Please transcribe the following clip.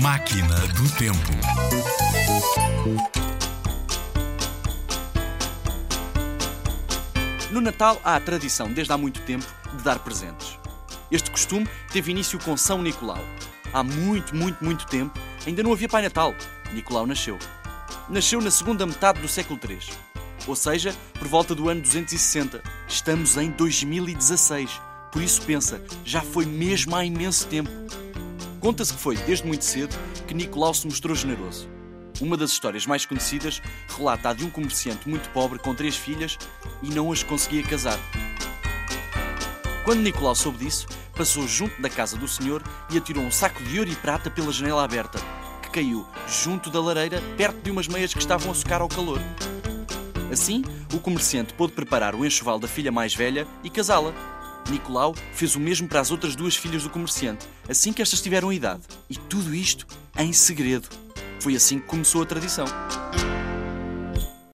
Máquina do Tempo. No Natal há a tradição, desde há muito tempo, de dar presentes. Este costume teve início com São Nicolau. Há muito tempo ainda não havia Pai Natal. Nicolau nasceu. Nasceu na segunda metade do século III. Ou seja, por volta do ano 260. Estamos em 2016. Por isso pensa, já foi mesmo há imenso tempo. Conta-se que foi, desde muito cedo, que Nicolau se mostrou generoso. Uma das histórias mais conhecidas relata a de um comerciante muito pobre com 3 filhas e não as conseguia casar. Quando Nicolau soube disso, passou junto da casa do senhor e atirou um saco de ouro e prata pela janela aberta, que caiu junto da lareira, perto de umas meias que estavam a secar ao calor. Assim, o comerciante pôde preparar o enxoval da filha mais velha e casá-la. Nicolau fez o mesmo para as outras 2 filhas do comerciante, assim que estas tiveram idade. E tudo isto em segredo. Foi assim que começou a tradição.